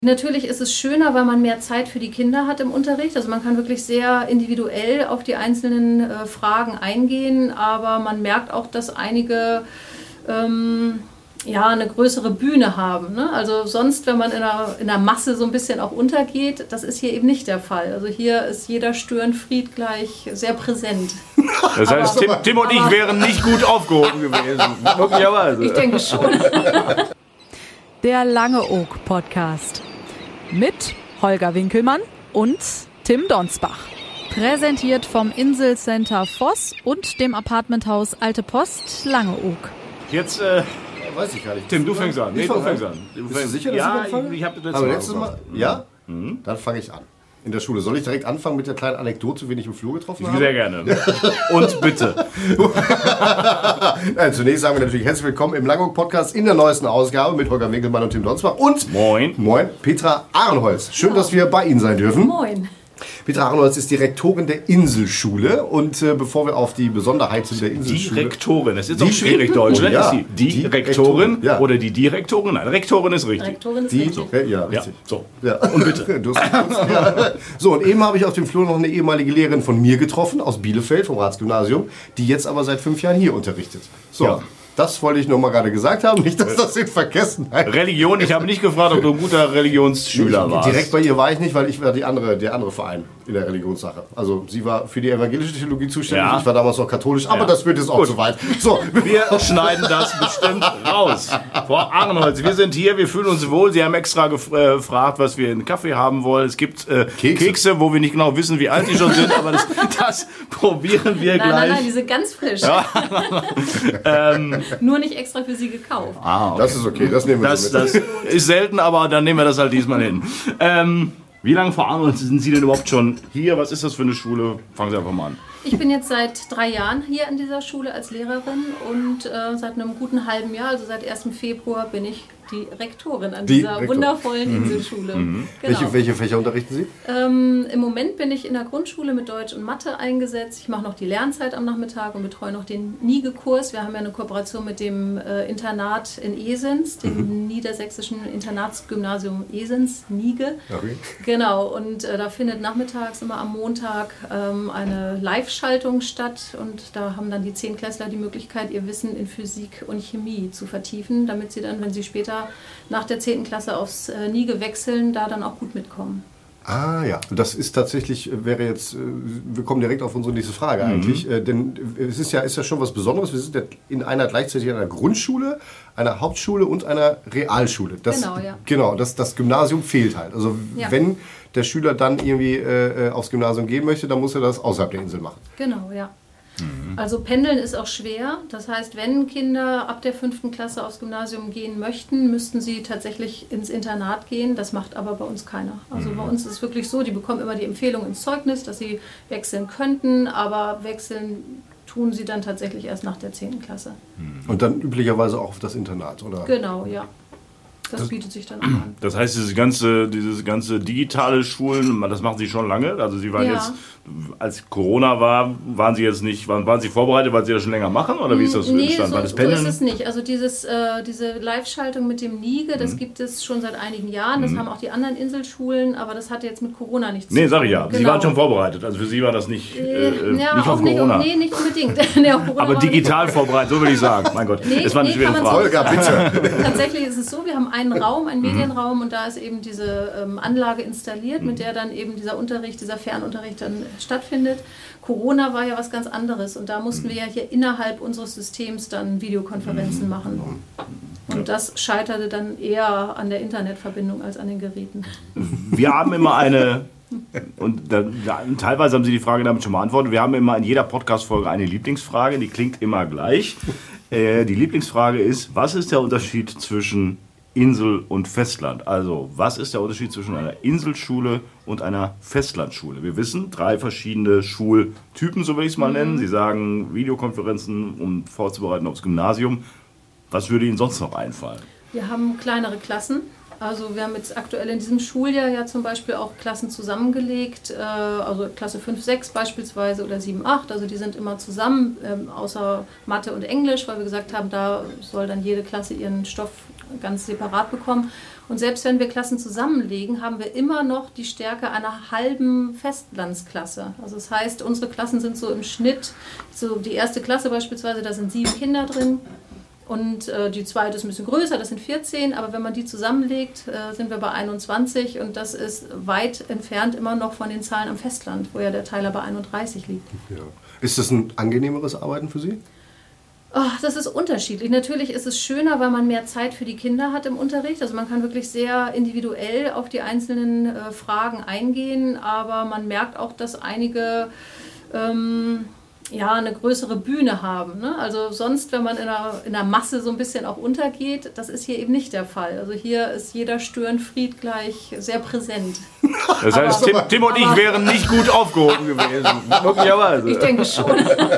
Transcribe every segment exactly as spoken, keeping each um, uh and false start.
Natürlich ist es schöner, weil man mehr Zeit für die Kinder hat im Unterricht. Also man kann wirklich sehr individuell auf die einzelnen äh, Fragen eingehen, aber man merkt auch, dass einige ähm, ja, eine größere Bühne haben. Ne? Also sonst, wenn man in der, in der Masse so ein bisschen auch untergeht, das ist hier eben nicht der Fall. Also hier ist jeder Störenfried gleich sehr präsent. Das heißt, aber, Tim, Tim und ich wären nicht gut aufgehoben gewesen. Möglicherweise. Ich denke schon. Der Lange Oak Podcast. Mit Holger Winkelmann und Tim Donsbach. Präsentiert vom Inselcenter Voss und dem Apartmenthaus Alte Post Langeoog. Jetzt, äh, weiß ich gar nicht. Tim, du fängst an. Nee, du fängst an. Du Bist du sicher, dass ja, ich anfange? ich, ich habe das Aber Mal letztes Mal, ja? Mhm. Dann fange ich an. In der Schule. Soll ich direkt anfangen mit der kleinen Anekdote, wen ich im Flur getroffen habe? Sehr gerne. Und bitte. Nein, zunächst sagen wir natürlich herzlich willkommen im Langeoog Podcast in der neuesten Ausgabe mit Holger Winkelmann und Tim Donsbach und Moin. Moin, Petra Ahrenholz. Schön, ja. dass wir bei Ihnen sein dürfen. Moin. Petra Ahrenholz ist Direktorin der Inselschule und äh, bevor wir auf die Besonderheiten der Inselschule... Direktorin, das ist auch schwierig Deutsch, oh, ne? Ja. Ist die die Direktorin ja. oder die Direktorin? Nein, Rektorin ist richtig. Rektorin ist die, richtig. Ja, ja, richtig. Ja, so. Ja. Und bitte. Du hast, ja. So, und eben habe ich auf dem Flur noch eine ehemalige Lehrerin von mir getroffen, aus Bielefeld, vom Ratsgymnasium, die jetzt aber seit fünf Jahren hier unterrichtet. So. Ja. Das wollte ich nur mal gerade gesagt haben, nicht, dass das in Vergessenheit... Religion, ich habe nicht gefragt, ob du ein guter Religionsschüler warst. Direkt bei ihr war ich nicht, weil ich war die andere, der andere Verein in der Religionssache. Also sie war für die evangelische Theologie zuständig, ja. Ich war damals noch katholisch, aber ja. das wird jetzt auch zu weit. So. Wir schneiden das bestimmt raus. Frau Ahrenholz, wir sind hier, wir fühlen uns wohl. Sie haben extra gefragt, was wir in Kaffee haben wollen. Es gibt äh, Kekse. Kekse, wo wir nicht genau wissen, wie alt die schon sind, aber das, das probieren wir nein, gleich. Nein, nein, die sind ganz frisch. Ja. ähm, Nur nicht extra für sie gekauft. Ah, okay. Das ist okay, das nehmen wir das, so mit. Das ist selten, aber dann nehmen wir das halt diesmal hin. Ähm, wie lange, Frau Ahrenholz, sind Sie denn überhaupt schon hier? Was ist das für eine Schule? Fangen Sie einfach mal an. Ich bin jetzt seit drei Jahren hier an dieser Schule als Lehrerin und äh, seit einem guten halben Jahr, also seit ersten Februar, bin ich die Rektorin an die dieser Rektor. wundervollen mhm. Inselschule. Mhm. Genau. Welche, welche Fächer unterrichten Sie? Ähm, Im Moment bin ich in der Grundschule mit Deutsch und Mathe eingesetzt. Ich mache noch die Lernzeit am Nachmittag und betreue noch den NIGE-Kurs. Wir haben ja eine Kooperation mit dem äh, Internat in Esens, dem mhm. Niedersächsischen Internatsgymnasium Esens, NIGE. Okay. Genau, und äh, da findet nachmittags immer am Montag ähm, eine Live-Schaltung statt und da haben dann die Zehntklässler die Möglichkeit, ihr Wissen in Physik und Chemie zu vertiefen, damit sie dann, wenn sie später nach der zehnten Klasse aufs äh, NIGE wechseln, da dann auch gut mitkommen. Ah ja, das ist tatsächlich, wäre jetzt, wir kommen direkt auf unsere nächste Frage eigentlich, mhm. äh, denn es ist ja, ist ja schon was Besonderes, wir sind ja in einer gleichzeitig in einer Grundschule, einer Hauptschule und einer Realschule. Das, genau, ja. Genau, das, das Gymnasium fehlt halt. Also ja. wenn der Schüler dann irgendwie äh, aufs Gymnasium gehen möchte, dann muss er das außerhalb der Insel machen. Genau, ja. Also pendeln ist auch schwer. Das heißt, wenn Kinder ab der fünften Klasse aufs Gymnasium gehen möchten, müssten sie tatsächlich ins Internat gehen. Das macht aber bei uns keiner. Also bei uns ist es wirklich so, die bekommen immer die Empfehlung ins Zeugnis, dass sie wechseln könnten, aber wechseln tun sie dann tatsächlich erst nach der zehnten Klasse. Und dann üblicherweise auch auf das Internat, oder? Genau, ja. Das bietet sich dann auch an. Das heißt, dieses ganze, dieses ganze digitale Schulen, das machen Sie schon lange? Also Sie waren ja. jetzt, als Corona war, waren Sie jetzt nicht, waren, waren Sie vorbereitet, weil Sie das schon länger machen? Oder wie ist das nee, entstanden? So, war das so ist es nicht. Also dieses, äh, diese Live-Schaltung mit dem NIGE, das mhm. gibt es schon seit einigen Jahren. Das mhm. haben auch die anderen Inselschulen, aber das hatte jetzt mit Corona nichts nee, zu tun. Nee, sag ich ja. Genau. Sie waren schon vorbereitet. Also für Sie war das nicht, äh, ja, nicht auf nicht, Corona. Nee, nicht unbedingt. nee, auf aber digital vorbereitet, so würde ich sagen. Mein Gott, nee, das war eine nee, schwere Frage. Holger, bitte. Tatsächlich ist es so, wir haben einen Raum, einen Medienraum und da ist eben diese ähm, Anlage installiert, mit der dann eben dieser Unterricht, dieser Fernunterricht dann stattfindet. Corona war ja was ganz anderes und da mussten wir ja hier innerhalb unseres Systems dann Videokonferenzen machen. Und das scheiterte dann eher an der Internetverbindung als an den Geräten. Wir haben immer eine, und da, da, teilweise haben Sie die Frage damit schon beantwortet, wir haben immer in jeder Podcast-Folge eine Lieblingsfrage, die klingt immer gleich. Äh, die Lieblingsfrage ist, was ist der Unterschied zwischen Insel und Festland? Also, was ist der Unterschied zwischen einer Inselschule und einer Festlandschule? Wir wissen, drei verschiedene Schultypen, so will ich es mal mhm. nennen. Sie sagen Videokonferenzen, um vorzubereiten aufs Gymnasium. Was würde Ihnen sonst noch einfallen? Wir haben kleinere Klassen. Also wir haben jetzt aktuell in diesem Schuljahr ja zum Beispiel auch Klassen zusammengelegt, äh, also Klasse fünf, sechs beispielsweise oder sieben, acht, also die sind immer zusammen, ähm, außer Mathe und Englisch, weil wir gesagt haben, da soll dann jede Klasse ihren Stoff ganz separat bekommen. Und selbst wenn wir Klassen zusammenlegen, haben wir immer noch die Stärke einer halben Festlandsklasse. Also das heißt, unsere Klassen sind so im Schnitt, so die erste Klasse beispielsweise, da sind sieben Kinder drin. Und äh, die zweite ist ein bisschen größer, das sind vierzehn, aber wenn man die zusammenlegt, äh, sind wir bei einundzwanzig und das ist weit entfernt immer noch von den Zahlen am Festland, wo ja der Teiler bei einunddreißig liegt. Ja. Ist das ein angenehmeres Arbeiten für Sie? Ach, das ist unterschiedlich. Natürlich ist es schöner, weil man mehr Zeit für die Kinder hat im Unterricht. Also man kann wirklich sehr individuell auf die einzelnen äh, Fragen eingehen, aber man merkt auch, dass einige ähm, ja, eine größere Bühne haben. Ne? Also sonst, wenn man in der, in der Masse so ein bisschen auch untergeht, das ist hier eben nicht der Fall. Also hier ist jeder Störenfried gleich sehr präsent. Das heißt, aber, Tim, Tim und ich wären nicht gut aufgehoben gewesen. Möglicherweise. Ich denke schon.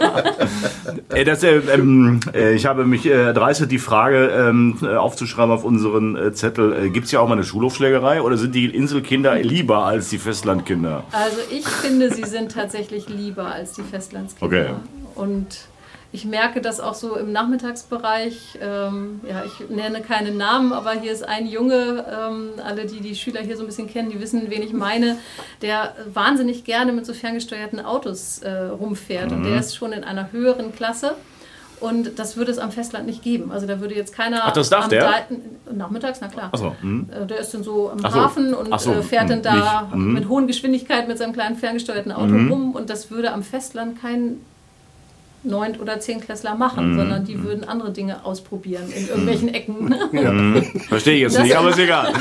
das, äh, äh, ich habe mich äh, erdreistet, die Frage ähm, aufzuschreiben auf unseren äh, Zettel. Äh, Gibt es ja auch mal eine Schulhofschlägerei oder sind die Inselkinder lieber als die Festlandkinder? Also ich finde, sie sind tatsächlich lieber als die Festlandskinder. Okay. Und ich merke das auch so im Nachmittagsbereich. Ähm, ja, ich nenne keine Namen, aber hier ist ein Junge, ähm, alle, die die Schüler hier so ein bisschen kennen, die wissen, wen ich meine, der wahnsinnig gerne mit so ferngesteuerten Autos äh, rumfährt. Mhm. Und der ist schon in einer höheren Klasse. Und das würde es am Festland nicht geben. Also da würde jetzt keiner... Ach, das darf am der? Da- Nachmittags, na klar. Ach so, hm. Der ist dann so am Ach so. Hafen und Ach so. fährt dann da Nicht, hm. mit hohen Geschwindigkeit mit seinem kleinen ferngesteuerten Auto Mhm. rum. Und das würde am Festland kein Neunt- oder Zehntklässler machen, Mhm. sondern die würden andere Dinge ausprobieren in irgendwelchen Ecken. Ja. Mhm. Verstehe ich jetzt Das- nicht, aber ist egal.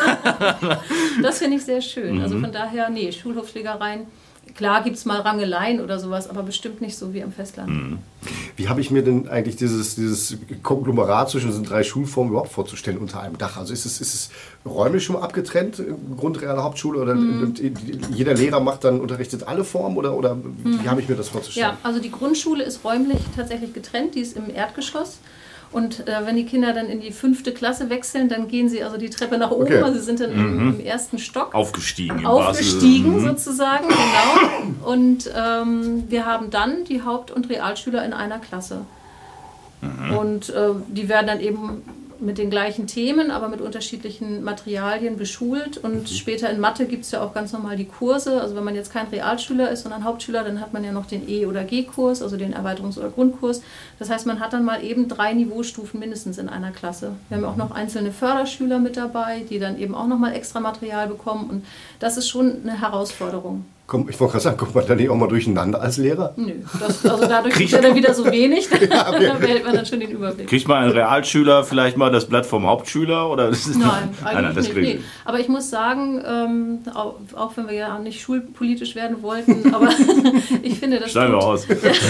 Das finde ich sehr schön. Mhm. Also von daher, nee, Schulhofschlägereien, klar gibt es mal Rangeleien oder sowas, aber bestimmt nicht so wie am Festland. Mhm. Wie habe ich mir denn eigentlich dieses, dieses Konglomerat zwischen diesen drei Schulformen überhaupt vorzustellen unter einem Dach? Also ist es, ist es räumlich schon abgetrennt, Grund-, Real-, Hauptschule, oder Mhm. jeder Lehrer macht dann, unterrichtet alle Formen, oder, oder wie habe ich mir das vorzustellen? Ja, also die Grundschule ist räumlich tatsächlich getrennt, die ist im Erdgeschoss. Und äh, wenn die Kinder dann in die fünfte Klasse wechseln, dann gehen sie also die Treppe nach oben, Okay. also sie sind dann im, Mhm. im ersten Stock. Aufgestiegen. Im Aufgestiegen wahrsten- sozusagen, genau. Und ähm, wir haben dann die Haupt- und Realschüler in einer Klasse. Mhm. Und äh, die werden dann eben mit den gleichen Themen, aber mit unterschiedlichen Materialien beschult. Und später in Mathe gibt es ja auch ganz normal die Kurse. Also wenn man jetzt kein Realschüler ist, sondern Hauptschüler, dann hat man ja noch den E- oder G-Kurs, also den Erweiterungs- oder Grundkurs. Das heißt, man hat dann mal eben drei Niveaustufen mindestens in einer Klasse. Wir haben auch noch einzelne Förderschüler mit dabei, die dann eben auch nochmal extra Material bekommen. Und das ist schon eine Herausforderung. Komm, ich wollte gerade sagen, kommt man da nicht auch mal durcheinander als Lehrer? Nö, das, also dadurch ist ja dann wieder so wenig, da behält man dann schon den Überblick. Kriegt mal ein Realschüler vielleicht mal das Blatt vom Hauptschüler? Oder ist das Nein, nein, eigentlich nein, das nicht. kriegt- Nee. Aber ich muss sagen, ähm, auch, auch wenn wir ja nicht schulpolitisch werden wollten, aber ich finde, das Schneiden wir tut- aus.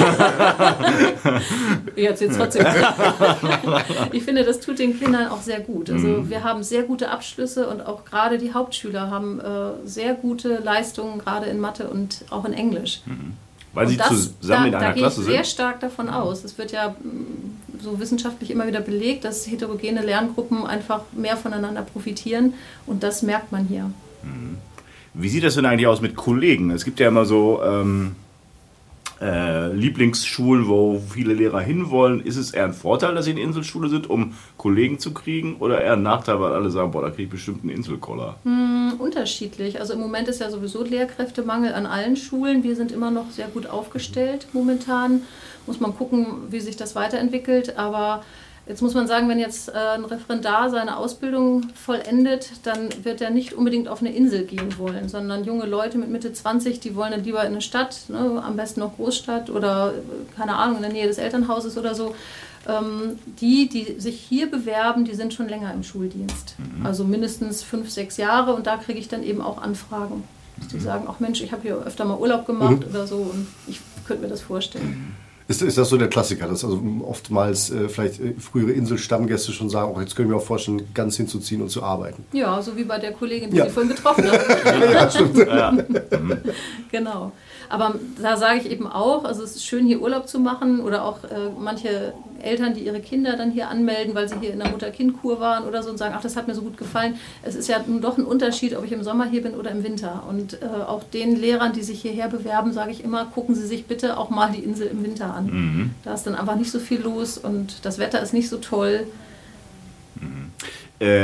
Jetzt jetzt trotzdem. Ich finde, das tut den Kindern auch sehr gut. Also Mhm. wir haben sehr gute Abschlüsse und auch gerade die Hauptschüler haben äh, sehr gute Leistungen, gerade in Mathe und auch in Englisch. Weil sie Und das, zusammen in da, einer da gehe Klasse ich sehr sind? stark davon aus. Es wird ja mh, so wissenschaftlich immer wieder belegt, dass heterogene Lerngruppen einfach mehr voneinander profitieren und das merkt man hier. Wie sieht das denn eigentlich aus mit Kollegen? Es gibt ja immer so ähm, äh, Lieblingsschulen, wo viele Lehrer hinwollen. Ist es eher ein Vorteil, dass sie eine Inselschule sind, um Kollegen zu kriegen? Oder eher ein Nachteil, weil alle sagen, boah, da kriege ich bestimmt einen Inselkoller? Hm, unterschiedlich. Also im Moment ist ja sowieso Lehrkräftemangel an allen Schulen. Wir sind immer noch sehr gut aufgestellt momentan. Muss man gucken, wie sich das weiterentwickelt. Aber jetzt muss man sagen, wenn jetzt äh, ein Referendar seine Ausbildung vollendet, dann wird er nicht unbedingt auf eine Insel gehen wollen, sondern junge Leute mit Mitte zwanzig, die wollen dann lieber in eine Stadt, ne, am besten noch Großstadt oder, äh, keine Ahnung, in der Nähe des Elternhauses oder so. Ähm, die, die sich hier bewerben, die sind schon länger im Schuldienst. Mhm. Also mindestens fünf, sechs Jahre und da kriege ich dann eben auch Anfragen. Die mhm. sagen, ach Mensch, ich habe hier öfter mal Urlaub gemacht mhm. oder so und ich könnte mir das vorstellen. Ist, ist das so der Klassiker, dass also oftmals äh, vielleicht äh, frühere Inselstammgäste schon sagen, oh, jetzt können wir auch vorstellen, ganz hinzuziehen und zu arbeiten? Ja, so wie bei der Kollegin, die Ja. Sie vorhin getroffen haben. Ja, stimmt. Ja. Genau. Aber da sage ich eben auch, also es ist schön, hier Urlaub zu machen oder auch äh, manche Eltern, die ihre Kinder dann hier anmelden, weil sie hier in der Mutter-Kind-Kur waren oder so und sagen, ach, das hat mir so gut gefallen. Es ist ja nun doch ein Unterschied, ob ich im Sommer hier bin oder im Winter. Und äh, auch den Lehrern, die sich hierher bewerben, sage ich immer, gucken Sie sich bitte auch mal die Insel im Winter an. Mhm. Da ist dann einfach nicht so viel los und das Wetter ist nicht so toll. Mhm. Ähm,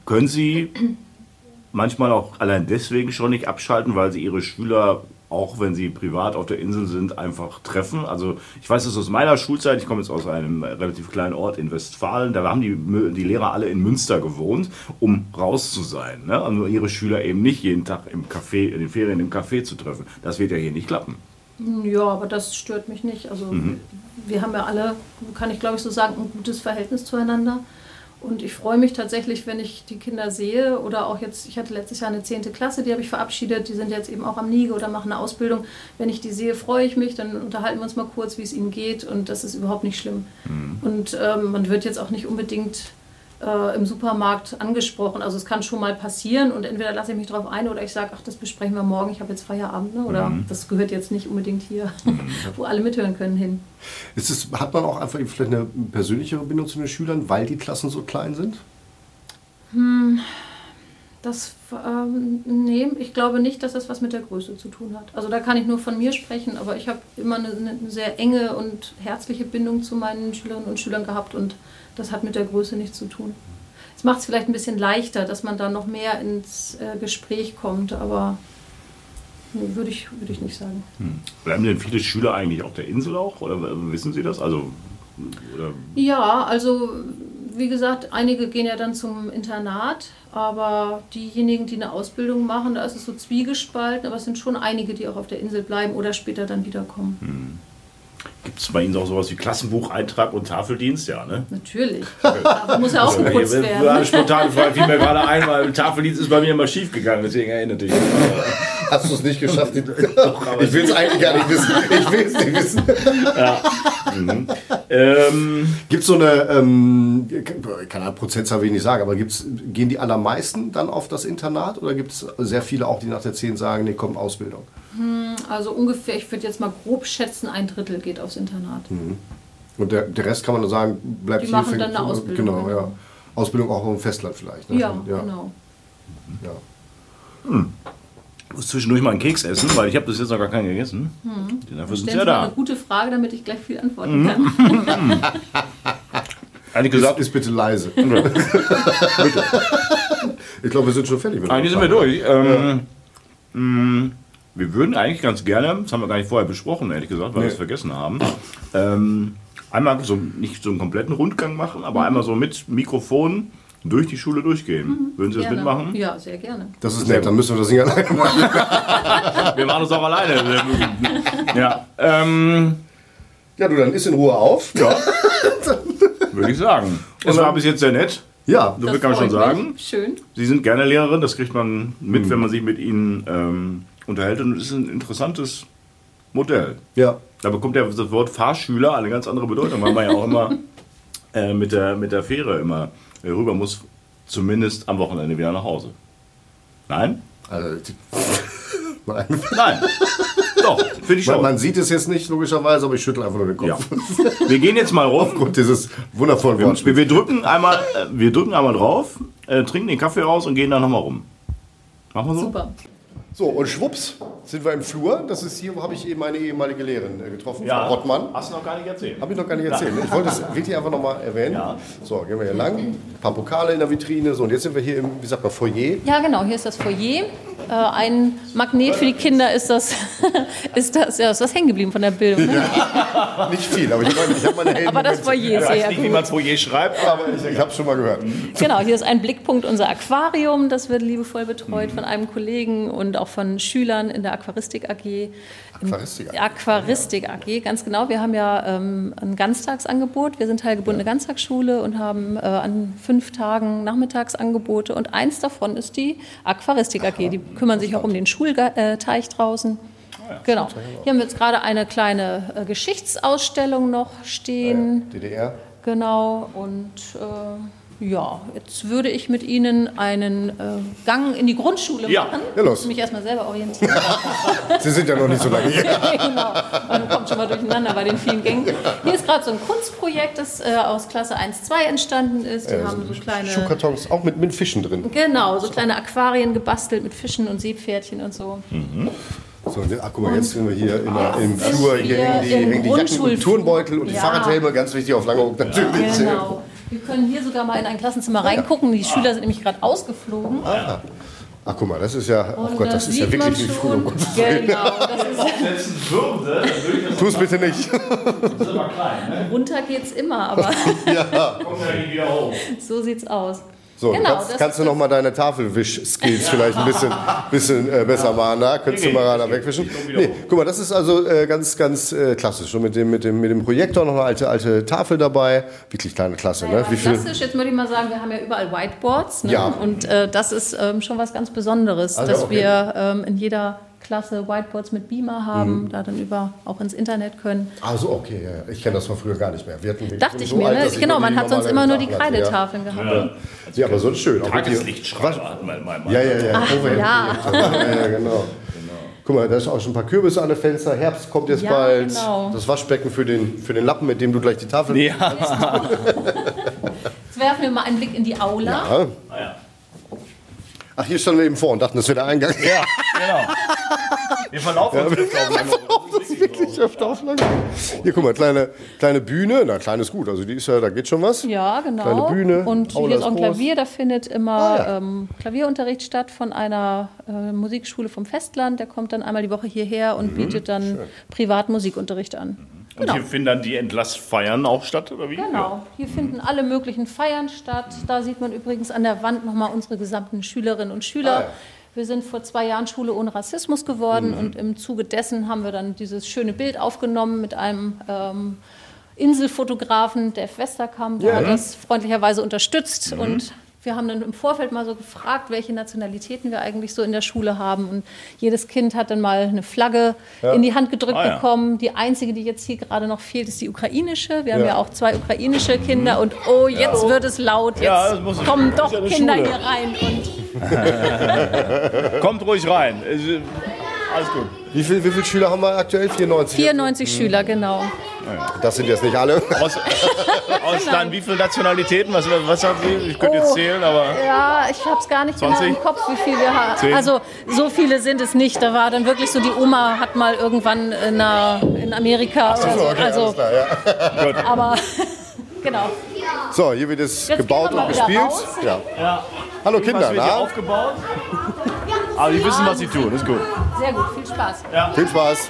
können Sie manchmal auch allein deswegen schon nicht abschalten, weil Sie Ihre Schüler, auch wenn sie privat auf der Insel sind, einfach treffen? Also ich weiß das aus meiner Schulzeit, ich komme jetzt aus einem relativ kleinen Ort in Westfalen, da haben die, die Lehrer alle in Münster gewohnt, um raus zu sein. Ne? Also ihre Schüler eben nicht jeden Tag im Café, in den Ferien im Café zu treffen. Das wird ja hier nicht klappen. Ja, aber das stört mich nicht. Also mhm. wir haben ja alle, kann ich glaube ich so sagen, ein gutes Verhältnis zueinander. Und ich freue mich tatsächlich, wenn ich die Kinder sehe oder auch jetzt, ich hatte letztes Jahr eine zehnte Klasse, die habe ich verabschiedet, die sind jetzt eben auch am N I G E oder machen eine Ausbildung. Wenn ich die sehe, freue ich mich, dann unterhalten wir uns mal kurz, wie es ihnen geht und das ist überhaupt nicht schlimm. Mhm. Und ähm, man wird jetzt auch nicht unbedingt äh, im Supermarkt angesprochen, also es kann schon mal passieren und entweder lasse ich mich darauf ein oder ich sage, ach, das besprechen wir morgen, ich habe jetzt Feierabend, ne? Oder mhm. das gehört jetzt nicht unbedingt hier, mhm. wo alle mithören können, hin. Ist es, hat man auch einfach vielleicht eine persönlichere Bindung zu den Schülern, weil die Klassen so klein sind? Hm, das, ähm, nee, ich glaube nicht, dass das was mit der Größe zu tun hat. Also da kann ich nur von mir sprechen, aber ich habe immer eine, eine sehr enge und herzliche Bindung zu meinen Schülerinnen und Schülern gehabt und das hat mit der Größe nichts zu tun. Es macht es vielleicht ein bisschen leichter, dass man da noch mehr ins äh, Gespräch kommt, aber nee, würde ich, würde ich nicht sagen. Hm. Bleiben denn viele Schüler eigentlich auf der Insel auch? Oder wissen Sie das? Also, oder? Ja, also wie gesagt, einige gehen ja dann zum Internat, aber diejenigen, die eine Ausbildung machen, da ist es so zwiegespalten, aber es sind schon einige, die auch auf der Insel bleiben oder später dann wiederkommen. Hm. Gibt es bei Ihnen auch sowas wie Klassenbucheintrag und Tafeldienst? Ja, ne? Natürlich. Da muss ja auch also, geputzt ja, werden. Eine spontane Frage fiel mir gerade ein, weil Tafeldienst ist bei mir immer schief gegangen, deswegen erinnerte ich mich. Hast du es nicht geschafft? Ich will es eigentlich gar nicht wissen. Ich will es nicht wissen. Ja. Mhm. Ähm, gibt es so eine, ähm, keine Ahnung, Prozentzahl will ich nicht sagen, aber gibt's, gehen die allermeisten dann auf das Internat oder gibt es sehr viele auch, die nach der zehn sagen, nee, komm, Ausbildung? Also ungefähr, ich würde jetzt mal grob schätzen, ein Drittel geht aufs Internat. Mhm. Und der, der Rest kann man nur sagen, bleibt die hier. Die machen fängt, dann eine Ausbildung. Genau, ja. Ausbildung auch im Festland vielleicht. Ne? Ja, ja, genau. Ja. Hm. Ich muss zwischendurch mal einen Keks essen, weil ich habe das jetzt noch gar keinen gegessen. Hm. Dafür sind Sie ja mal da. eine gute Frage, damit ich gleich viel antworten kann. Eigentlich gesagt, ist, ist bitte leise. Bitte. Ich glaube, wir sind schon fertig mit Eigentlich sind wir durch. Ähm, ja. Wir würden eigentlich ganz gerne, das haben wir gar nicht vorher besprochen, ehrlich gesagt, weil nee. wir es vergessen haben, ähm, einmal so, nicht so einen kompletten Rundgang machen, aber mhm. einmal so mit Mikrofon durch die Schule durchgehen. Mhm. Würden Sie gerne. das mitmachen? Ja, sehr gerne. Das ist nett, dann müssen wir das nicht alleine machen. Wir machen das auch alleine. Ja, ähm, ja, du, dann isst in Ruhe auf. Ja. Würde ich sagen. Es war bis jetzt sehr nett. Ja, so kann man schon sagen. Mich. Schön. Sie sind gerne Lehrerin, das kriegt man mit, mhm. wenn man sich mit Ihnen ähm, unterhält. Und es ist ein interessantes Modell. Ja. Da bekommt ja das Wort Fahrschüler eine ganz andere Bedeutung, weil man ja auch immer äh, mit, der, mit der Fähre immer rüber muss, zumindest am Wochenende wieder nach Hause. Nein? Also, nein. Nein. Doch, finde ich schon. Man, man sieht es jetzt nicht, logischerweise, aber ich schüttel einfach nur den Kopf. Ja. Wir gehen jetzt mal rauf. Aufgrund dieses wundervollen Wortes. Wir, wir, drücken einmal, äh, wir drücken einmal drauf, äh, trinken den Kaffee raus und gehen dann nochmal rum. Machen wir so? Super. So, und schwupps sind wir im Flur. Das ist hier, wo habe ich eben meine ehemalige Lehrerin äh, getroffen, ja. Frau Rottmann. Hast du noch gar nicht erzählt? Habe ich noch gar nicht erzählt. Ich wollte es wirklich einfach nochmal erwähnen. Ja. So, gehen wir hier lang. Ein paar Pokale in der Vitrine. So, und jetzt sind wir hier im, wie sagt man, Foyer. Ja, genau, hier ist das Foyer. Äh, ein Magnet für die Kinder ist das, ist das, ja, ist das hängen geblieben von der Bildung. Ne? Ja, nicht viel, aber ich habe meine, ich hab meine Helden. Aber das Foyer ist sehr ja nicht, gut. Wie man Foyer schreibt, aber ich, ich habe es schon mal gehört. Genau, hier ist ein Blickpunkt unser Aquarium. Das wird liebevoll betreut mhm. von einem Kollegen und auch von Schülern in der Aquaristik A G. Aquaristik A G. Aquaristik A G, ganz genau. Wir haben ja ähm, ein Ganztagsangebot. Wir sind teilgebundene Ganztagsschule und haben äh, an fünf Tagen Nachmittagsangebote. Und eins davon ist die Aquaristik A G. Die kümmern sich auch um den Schulteich draußen. Ah ja, genau. Hier haben wir jetzt gerade eine kleine äh, Geschichtsausstellung noch stehen. Ja, D D R. Genau. Und äh, ja, jetzt würde ich mit Ihnen einen äh, Gang in die Grundschule ja. machen. Ja, los. Ich muss mich erstmal selber orientieren. Sie sind ja noch nicht so lange hier. Genau. Man kommt schon mal durcheinander bei den vielen Gängen. Hier ist gerade so ein Kunstprojekt, das äh, aus Klasse eins zwei entstanden ist. Die äh, haben so kleine Schuhkartons, auch mit, mit Fischen drin. Genau, so kleine Aquarien gebastelt mit Fischen und Seepferdchen und so. Mhm. So, ach, guck mal, jetzt sind wir hier immer im Flur. Hier hängen die, hängen die Jacken und Grundschulflur. Turnbeutel und die Ja. Fahrradhelme, ganz wichtig auf Langeoog natürlich. Genau. Wir können hier sogar mal in ein Klassenzimmer reingucken. Die Schüler sind nämlich gerade ausgeflogen. Ah. Ach, guck mal, das ist ja, oh Und Gott, da das ist ja sieht wirklich man wie früher. schon- Um Gottes Willen. Genau, das ist, Tu es bitte nicht. Das ist aber klein, ne? runter geht's immer, aber Kommt ja nie wieder hoch. so sieht's aus. So, Genau, kannst, das kannst du ist- noch mal deine Tafelwisch-Skills vielleicht ein bisschen, bisschen äh, besser machen? Da könntest du Nee, mal nee, gerade das geht. wegwischen. Ich komm wieder Nee, hoch. guck mal, das ist also äh, ganz, ganz äh, klassisch. Und mit dem, mit, dem, mit dem Projektor noch eine alte, alte Tafel dabei. Wirklich kleine Klasse, ne? Ja, Wie viel? klassisch, jetzt würde ich mal sagen, wir haben ja überall Whiteboards. Ne? Ja. Und äh, das ist ähm, schon was ganz Besonderes, Also, dass okay. wir ähm, in jeder Klasse Whiteboards mit Beamer haben, Mhm. da dann über auch ins Internet können. Ah, so, okay, ja, ja. Ich kenne das von früher gar nicht mehr. Wir hatten wirklich Dachte ich so mir, alt, ne? dass ich Genau, nur man die hat sonst normale immer nur die Tafel hatte, Kreidetafeln gehabt. Ja. Ja, aber so schön. Auch mit hier- Tageslichtschreiber hatten wir mal. Ja, ja, ja. Overhead- ja. ja, ja, genau. Guck mal, da ist auch schon ein paar Kürbisse an den Fenster. Herbst kommt jetzt Ja, bald. genau. Das Waschbecken für den, für den Lappen, mit dem du gleich die Tafel... Ja. Jetzt werfen wir mal einen Blick in die Aula. Ja. Ah, ja. Ach, hier standen wir eben vor und dachten, das wäre der Eingang. Ja, genau. Wir verlaufen uns öfter aufeinander. Das ist wirklich öfter aufeinander. Hier, guck mal, kleine, kleine Bühne. Na, klein ist gut. Also die ist ja, da geht schon was. Ja, genau. Kleine Bühne, Und Aula hier ist ist auch ein groß. Klavier, da findet immer Ah, ja. ähm, Klavierunterricht statt von einer äh, Musikschule vom Festland. Der kommt dann einmal die Woche hierher Mhm, und bietet dann Privatmusikunterricht an. Und hier finden dann die Entlassfeiern auch statt, oder wie? Genau, hier finden alle möglichen Feiern statt. Da sieht man übrigens an der Wand nochmal unsere gesamten Schülerinnen und Schüler. Ah, ja. Wir sind vor zwei Jahren Schule ohne Rassismus geworden und im Zuge dessen haben wir dann dieses schöne Bild aufgenommen mit einem ähm, Inselfotografen, Dave Westerkamp, der Ja. hat das freundlicherweise unterstützt und wir haben dann im Vorfeld mal so gefragt, welche Nationalitäten wir eigentlich so in der Schule haben. Und jedes Kind hat dann mal eine Flagge in die Hand gedrückt Ah, ja. bekommen. Die einzige, die jetzt hier gerade noch fehlt, ist die ukrainische. Wir haben Ja. ja auch zwei ukrainische Kinder. Und oh, jetzt wird es laut. Jetzt Ja, das muss- kommen das doch ist ja eine Kinder Schule. hier rein. Und Kommt ruhig rein. Es ist- Alles gut. Wie viele wie viel Schüler haben wir aktuell? vierundneunzig. vierundneunzig Schüler, genau. Das sind jetzt nicht alle. Aus, aus dann wie viele Nationalitäten? Was, was haben Sie? Ich könnte jetzt Oh. zählen, aber Ja, ich habe es gar nicht zwanzig? genau im Kopf, wie viel wir haben. Zehn? Also so viele sind es nicht. Da war dann wirklich so, die Oma hat mal irgendwann in, einer, in Amerika. oder so. Okay, Also, alles klar, ja. aber genau. So, hier wird es Jetzt gebaut gehen wir und mal wieder gespielt. raus. Ja. ja. Hallo Was Kinder, wird hier na? aufgebaut? Aber die wissen, was sie tun. Das ist gut. Sehr gut, viel Spaß. Viel Spaß.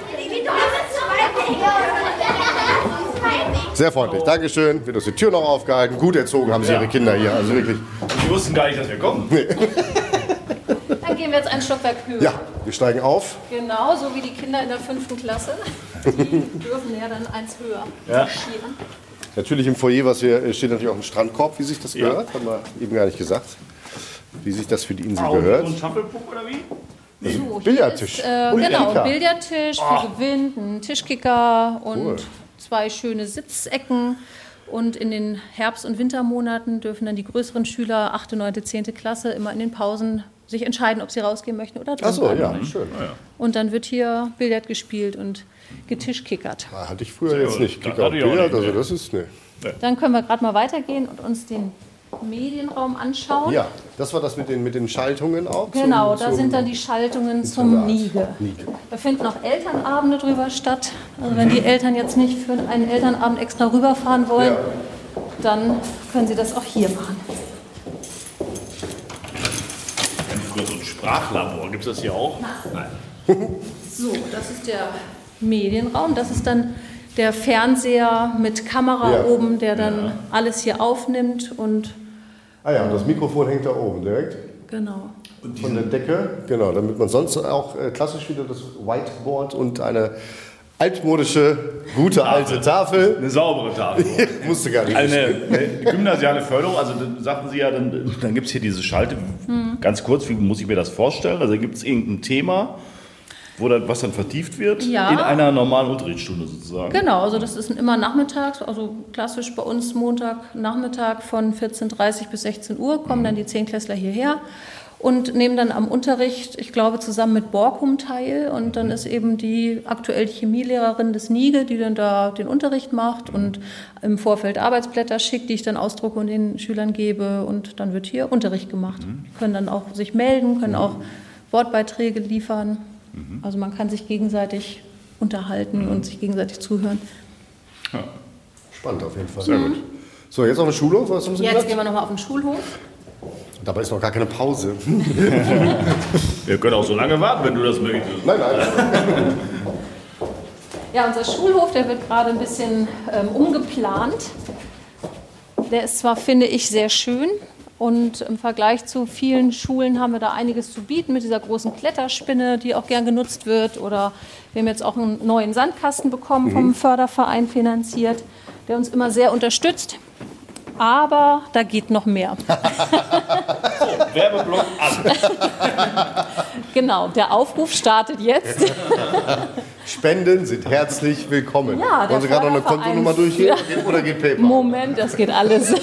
Sehr freundlich, Dankeschön. Wird uns die Tür noch aufgehalten. Gut erzogen haben sie ihre Kinder hier. Also wirklich. Die wussten gar nicht, dass wir kommen. Dann gehen wir jetzt ein Stockwerk höher. Ja, wir steigen auf. Genau, so wie die Kinder in der fünften Klasse. Die dürfen ja dann eins höher Ja. marschieren. Natürlich im Foyer, was hier steht, natürlich auch ein Strandkorb, wie sich das Ja. gehört. Haben wir eben gar nicht gesagt. Wie sich das für die Insel Ah, und, gehört. und Shufflepuck oder wie? So, hier Billardtisch. Ist, äh, Und genau, Kicker. Billardtisch für Gewinn, ein Tischkicker und Cool. zwei schöne Sitzecken. Und in den Herbst- und Wintermonaten dürfen dann die größeren Schüler, achte, neunte, zehnte Klasse, immer in den Pausen sich entscheiden, ob sie rausgehen möchten oder drin Achso, bleiben ja, wollen. schön. Und dann wird hier Billard gespielt und getischkickert. Ah, hatte ich früher jetzt nicht. Da- Kicker hatte und ich auch Billard, nicht, also nee. das ist, ne. Dann können wir gerade mal weitergehen und uns den Medienraum anschauen. Ja, das war das mit den, mit den Schaltungen auch. Genau, zum- da zum- sind dann die Schaltungen zum Internat. Niege. Niege. Da finden auch Elternabende drüber statt. Also wenn die Eltern jetzt nicht für einen Elternabend extra rüberfahren wollen, Ja. dann können sie das auch hier machen. Früher so ein Sprachlabor. Gibt es das hier auch? Nein. So, das ist der Medienraum. Das ist dann der Fernseher mit Kamera Ja. oben, der dann alles hier aufnimmt und Ah ja, und das Mikrofon hängt da oben direkt genau. von der Decke. Genau, damit man sonst auch äh, klassisch wieder das Whiteboard und eine altmodische, gute alte Tafel. Eine saubere Tafel. Musste gar nicht. Eine, eine gymnasiale Förderung, also dann sagten Sie ja, dann, dann gibt es hier diese Schalte. Ganz kurz, wie muss ich mir das vorstellen? Also gibt es irgendein Thema, wo dann, was dann vertieft wird Ja. in einer normalen Unterrichtsstunde sozusagen? Genau, also das ist immer nachmittags, also klassisch bei uns Montag, Nachmittag von vierzehn Uhr dreißig bis sechzehn Uhr kommen dann die Zehntklässler hierher und nehmen dann am Unterricht, ich glaube, zusammen mit Borkum teil. Und dann ist eben die aktuell Chemielehrerin des Niege, die dann da den Unterricht macht und im Vorfeld Arbeitsblätter schickt, die ich dann ausdrucke und den Schülern gebe. Und dann wird hier Unterricht gemacht. Die können dann auch sich melden, können auch Wortbeiträge liefern. Also man kann sich gegenseitig unterhalten und sich gegenseitig zuhören. Spannend auf jeden Fall. Sehr gut. So, jetzt auf den Schulhof. Was haben Sie Jetzt gesagt? gehen wir nochmal auf den Schulhof. Dabei ist noch gar keine Pause. Wir können auch so lange warten, wenn du das möchtest. Nein, nein. Ja, unser Schulhof, der wird gerade ein bisschen ähm, umgeplant. Der ist zwar, finde ich, sehr schön und im Vergleich zu vielen Schulen haben wir da einiges zu bieten mit dieser großen Kletterspinne, die auch gern genutzt wird. Oder wir haben jetzt auch einen neuen Sandkasten bekommen vom mhm. Förderverein finanziert, der uns immer sehr unterstützt. Aber da geht noch mehr. So, Werbeblock an. Genau, der Aufruf startet jetzt. Spenden sind herzlich willkommen. Ja, wollen Sie gerade noch eine Kontonummer durchgehen oder geht PayPal? Moment, das geht alles.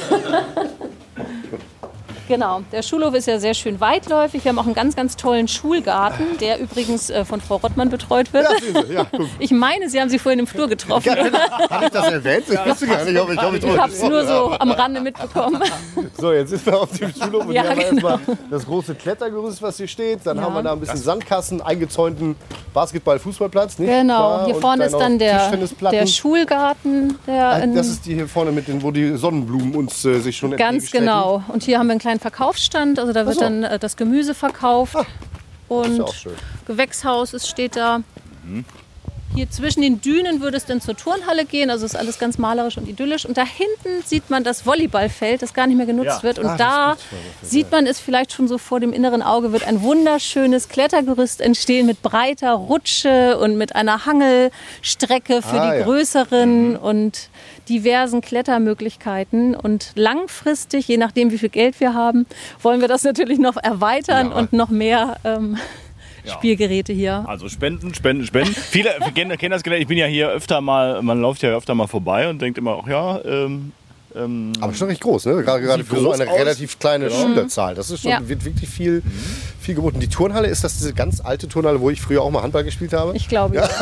Genau, der Schulhof ist ja sehr schön weitläufig. Wir haben auch einen ganz, ganz tollen Schulgarten, der übrigens äh, von Frau Rottmann betreut wird. Ja, ja, ich meine, Sie haben sie vorhin im Flur getroffen. Ja, habe ich das erwähnt? Ich wusste gar nicht, ob ich, ob ich, ich habe es nur so am Rande mitbekommen. So, jetzt sind wir auf dem Schulhof und ja, hier haben wir genau. erstmal das große Klettergerüst, was hier steht. Dann ja. haben wir da ein bisschen Sandkasten, eingezäunten Basketball-Fußballplatz. Nicht? Genau, Klar. hier Und vorne ist dann der, der Schulgarten. Der ah, das ist die hier vorne, mit den, wo die Sonnenblumen uns äh, sich schon ganz genau. Und hier haben wir einen kleinen Verkaufsstand. Also da wird so. dann äh, das Gemüse verkauft. Ah, und ja auch schön. Gewächshaus ist, steht da. Mhm. Hier zwischen den Dünen würde es dann zur Turnhalle gehen. Also ist alles ganz malerisch und idyllisch. Und da hinten sieht man das Volleyballfeld, das gar nicht mehr genutzt ja. wird. Und ah, da sieht man es vielleicht schon so vor dem inneren Auge, wird ein wunderschönes Klettergerüst entstehen mit breiter Rutsche und mit einer Hangelstrecke für ah, die ja. größeren mhm. und diversen Klettermöglichkeiten. Und langfristig, je nachdem wie viel Geld wir haben, wollen wir das natürlich noch erweitern ja. und noch mehr ähm, Ja. Spielgeräte hier. Also Spenden, Spenden, Spenden. Viele kennen, kennen das Gelände. Ich bin ja hier öfter mal, man läuft ja öfter mal vorbei und denkt immer, ach ja, ähm, ähm, aber schon recht groß, ne? Gerade, gerade für so eine aus. relativ kleine genau. Schülerzahl. Das ist schon, ja. wird wirklich viel, mhm. viel geboten. Die Turnhalle, ist das diese ganz alte Turnhalle, wo ich früher auch mal Handball gespielt habe? Ich glaube, ja.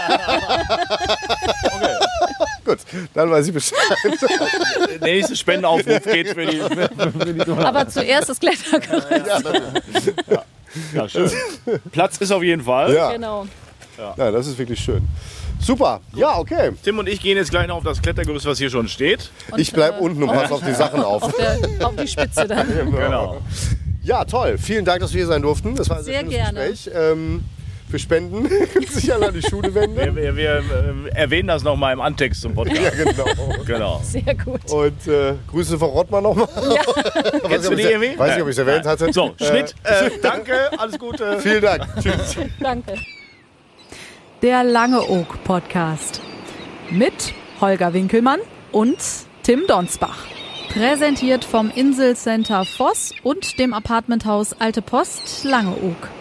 Okay. Gut, dann weiß ich Bescheid. Der nächste Spendenaufruf geht für die, für die Turnhalle. Aber zuerst das Klettergerüst. Ja, ja. Ja, schön. Platz ist auf jeden Fall. Ja. Genau. Ja. Ja, das ist wirklich schön. Super, gut. Ja, okay. Tim und ich gehen jetzt gleich noch auf das Klettergerüst, was hier schon steht. Und, ich bleib äh, unten und passe auf die Sachen auf. Auf, der, auf die Spitze dann. Genau. Ja, toll. Vielen Dank, dass wir hier sein durften. Das war ein sehr, sehr schönes gerne. Gespräch. Ähm, für Spenden können Sie sich alle an die Schule wenden. Wir, wir, wir äh, erwähnen das nochmal im Antext zum Podcast. Ja, genau. genau. Sehr gut. Und äh, Grüße von Rottmann nochmal. Ja. Kennst du die irgendwie? Weiß nicht, ob ich es erwähnt Nein. hatte. So, Schnitt. Äh, danke, alles Gute. Vielen Dank. Tschüss. Danke. Der Lange Oak Podcast mit Holger Winkelmann und Tim Donsbach. Präsentiert vom Inselcenter Voss und dem Apartmenthaus Alte Post Lange Oak.